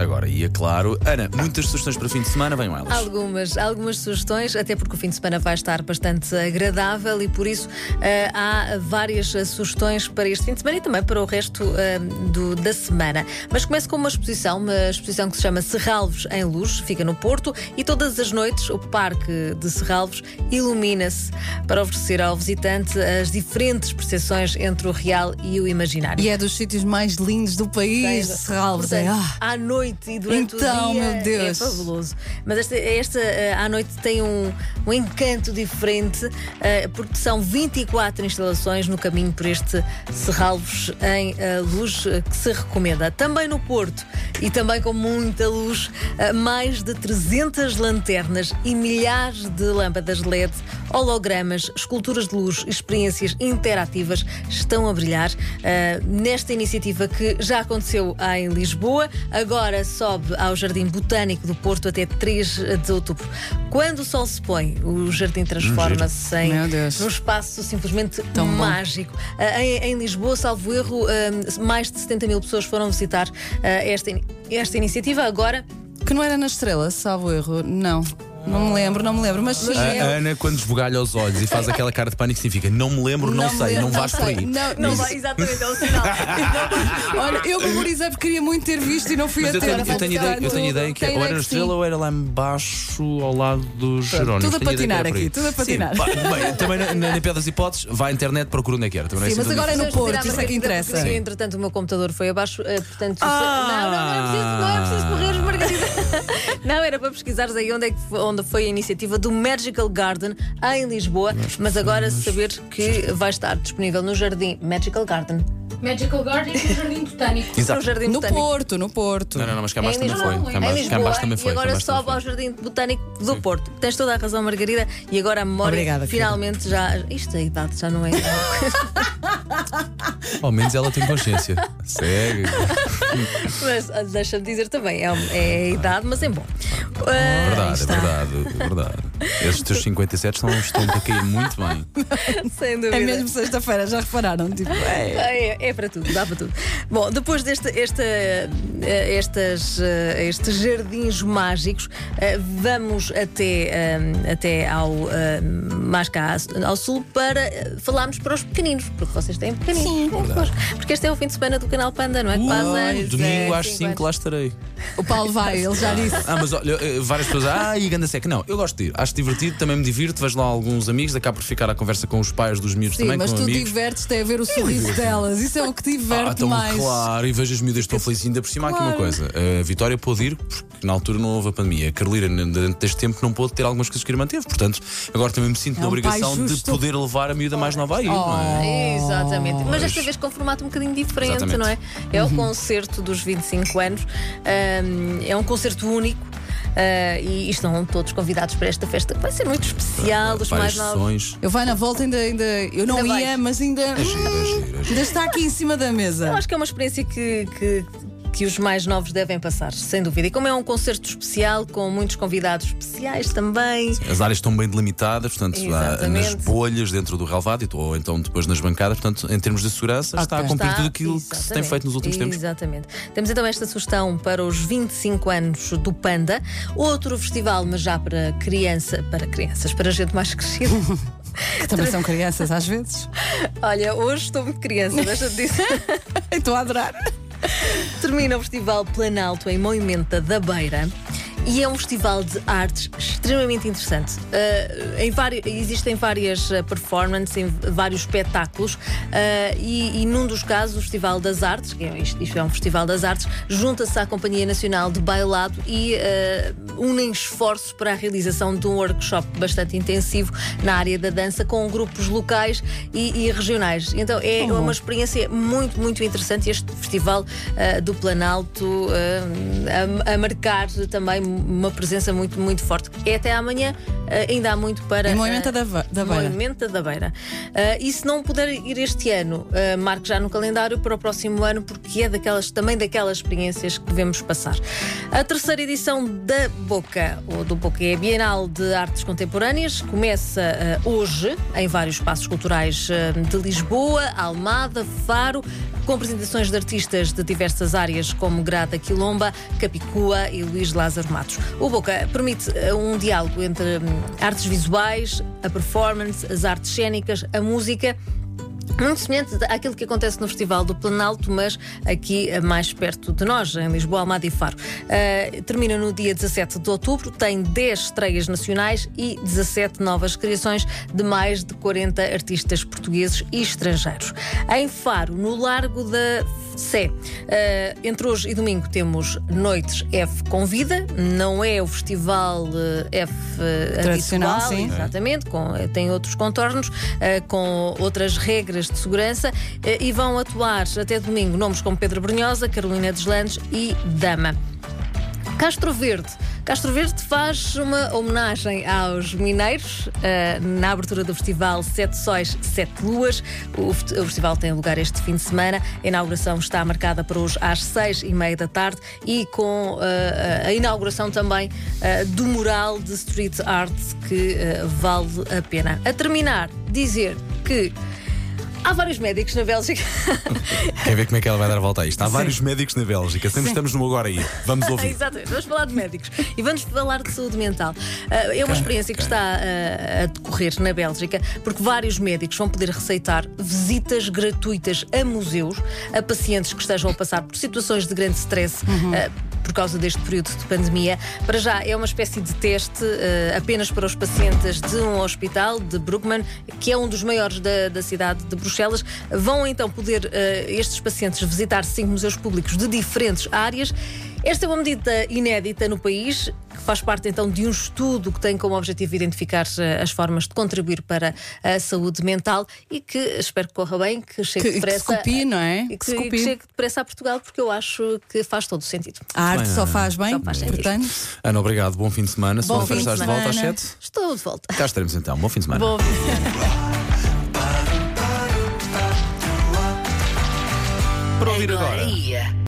agora. E é claro, Ana, muitas sugestões para fim de semana, venham elas. Algumas sugestões, até porque o fim de semana vai estar bastante agradável e por isso há várias sugestões para este fim de semana e também para o resto da semana. Mas começo com uma exposição que se chama Serralvos em Luz, fica no Porto, e todas as noites o Parque de Serralvos ilumina-se para oferecer ao visitante as diferentes percepções entre o real e o imaginário. E é dos sítios mais lindos do país, Serralvos. Portanto, à noite e durante então, o dia meu Deus, é fabuloso. Mas esta à noite tem um encanto diferente, porque são 24 instalações no caminho por este Serralvos em Luz que se recomenda. Também no Porto e também com muita luz, mais de 300 lanternas e milhares de lâmpadas LED, hologramas, esculturas de luz, experiências interativas estão a brilhar nesta iniciativa que já aconteceu em Lisboa, agora sobe ao Jardim Botânico do Porto até 3 de outubro. Quando o sol se põe, o jardim transforma-se num espaço simplesmente tão mágico. Em Lisboa, salvo erro, mais de 70 mil pessoas foram visitar esta iniciativa. Agora, que não era na Estrela, salvo erro, não me lembro, mas sim. A Ana, quando esbugalha os olhos e faz aquela cara de pânico, significa não me lembro, não sei, não vais por aí. Não vai, exatamente, é o sinal. Olha, eu memorizei porque queria muito ter visto e não fui a ter. Eu tenho ideia que ou era na Estrela ou era lá embaixo ao lado dos Jerónimos. Tudo a patinar aqui, tudo a patinar. Bem, também na pior das hipóteses, vai à internet, procura onde é que era. Sim, mas agora é no Porto, isso é que interessa. Entretanto, o meu computador foi abaixo, portanto. Não é preciso correr, Margarida. Não, era para pesquisares aí onde foi a iniciativa do Magical Garden em Lisboa, mas agora saber que vai estar disponível no Jardim Magical Garden. Magical Garden e no Jardim Botânico. Exato. No Jardim No Botânico. Porto. Não, mas cá embaixo também foi. Cá embaixo também foi. E agora sobe ao Jardim Botânico do Porto. Tens toda a razão, Margarida. E agora a memória. Obrigada, finalmente já. Isto é idade, já não é. Ao menos ela tem consciência. Segue. Mas deixa-me dizer também, é a idade, mas é bom. Verdade. Esses teus 57 estão a cair muito bem. Sem dúvida. É mesmo sexta-feira, já repararam? Tipo, é para tudo, dá para tudo. Bom, depois estes jardins mágicos, vamos até mais cá ao sul para falarmos para os pequeninos, porque vocês têm pequeninos. Sim, porque este é o fim de semana do Canal Panda, não é? Quase domingo às 5 lá estarei. O Paulo vai, ele já disse. Mas olha, várias pessoas, e ganda seca. Não, eu gosto de ir, acho divertido, também me divirto, vejo lá alguns amigos, acabo por ficar à conversa com os pais dos miúdos. Sim, também, mas com tu amigos. divertes-te a ver o sorriso delas, isso é o que te diverte Então, mais. claro, e vejo as miúdas estão felizes. Ainda por cima, há aqui uma coisa: a Vitória pôde ir, porque na altura não houve a pandemia. A Carolina, dentro deste tempo, não pôde ter algumas coisas que a irmã teve. Portanto, agora também me sinto na obrigação de poder levar a miúda mais nova a ir, não é? Exatamente. Mas desta vez com um formato um bocadinho diferente, Exatamente. não é? É o concerto dos 25 anos, é um concerto único. E estão todos convidados para esta festa. Vai ser muito especial, os mais novos. Eu vai na volta, ainda eu não Ainda ia, vais. mas ainda está aqui em cima da mesa. Eu acho que é uma experiência que os mais novos devem passar, sem dúvida. E como é um concerto especial, com muitos convidados especiais também. As áreas estão bem delimitadas, portanto, nas bolhas dentro do relvado ou então depois nas bancadas. Portanto, em termos de segurança, está a cumprir tudo aquilo que se tem feito nos últimos tempos. Exatamente. Temos então esta sugestão para os 25 anos do Panda. Outro festival, mas já para crianças, para gente mais crescida. Que também são crianças às vezes. Olha, hoje estou muito criança, deixa-te dizer. Estou a adorar. Termina o Festival Planalto em Moimenta da Beira. E é um festival de artes extremamente interessante. Existem várias performances, vários espetáculos, e num dos casos, o Festival das Artes, isto é um Festival das Artes, junta-se à Companhia Nacional de Bailado e unem esforços para a realização de um workshop bastante intensivo na área da dança com grupos locais e regionais. Então é uma experiência muito, muito interessante, este Festival do Planalto a marcar também uma presença muito, muito forte. É até amanhã, ainda há muito para. Em Moimenta da Beira. Moimenta da Beira. E se não puder ir este ano, marque já no calendário para o próximo ano, porque é também daquelas experiências que devemos passar. A terceira edição da Boca, ou do Boca, é a Bienal de Artes Contemporâneas, começa hoje em vários espaços culturais de Lisboa, Almada, Faro, com apresentações de artistas de diversas áreas como Grada Quilomba, Capicua e Luís Lázaro Matos. O Boca permite um diálogo entre artes visuais, a performance, as artes cênicas, a música. Muito semelhante àquilo que acontece no Festival do Planalto, mas aqui mais perto de nós, em Lisboa, Almada e Faro. Termina no dia 17 de outubro, tem 10 estreias nacionais e 17 novas criações de mais de 40 artistas portugueses e estrangeiros. Em Faro, no Largo da Sé, entre hoje e domingo temos Noites F Convida, não é o Festival F tradicional, habitual, sim. Exatamente, tem outros contornos, com outras regras de segurança, e vão atuar até domingo nomes como Pedro Brunhosa, Carolina Deslandes e Dama. Castro Verde faz uma homenagem aos mineiros na abertura do festival 7 Sóis, 7 Luas. O festival tem lugar este fim de semana. A inauguração está marcada para hoje às 6:30 da tarde e com a inauguração também do mural de street art que vale a pena. A terminar, dizer que há vários médicos na Bélgica. Quer ver como é que ela vai dar a volta a isto? Há vários médicos na Bélgica. Sempre estamos no agora aí. Vamos ouvir. Exatamente. Vamos falar de médicos e vamos falar de saúde mental. É uma experiência que está a decorrer na Bélgica, porque vários médicos vão poder receitar visitas gratuitas a museus a pacientes que estejam a passar por situações de grande stress. Por causa deste período de pandemia. Para já é uma espécie de teste apenas para os pacientes de um hospital de Brugman, que é um dos maiores da cidade de Bruxelas. Vão então poder estes pacientes visitar 5 museus públicos de diferentes áreas. Esta é uma medida inédita no país, que faz parte então de um estudo que tem como objetivo identificar as formas de contribuir para a saúde mental e que espero que corra bem, que chegue depressa. Que se copie, não é? Que chegue depressa a Portugal, porque eu acho que faz todo o sentido. A arte só faz bem, Só faz sentido. portanto. Ana, obrigado. Bom fim de semana. Bom Se fim de estás de volta às semana. 7, Estou de volta. cá estaremos então. Bom fim de semana. Bom fim de semana. Para ouvir agora.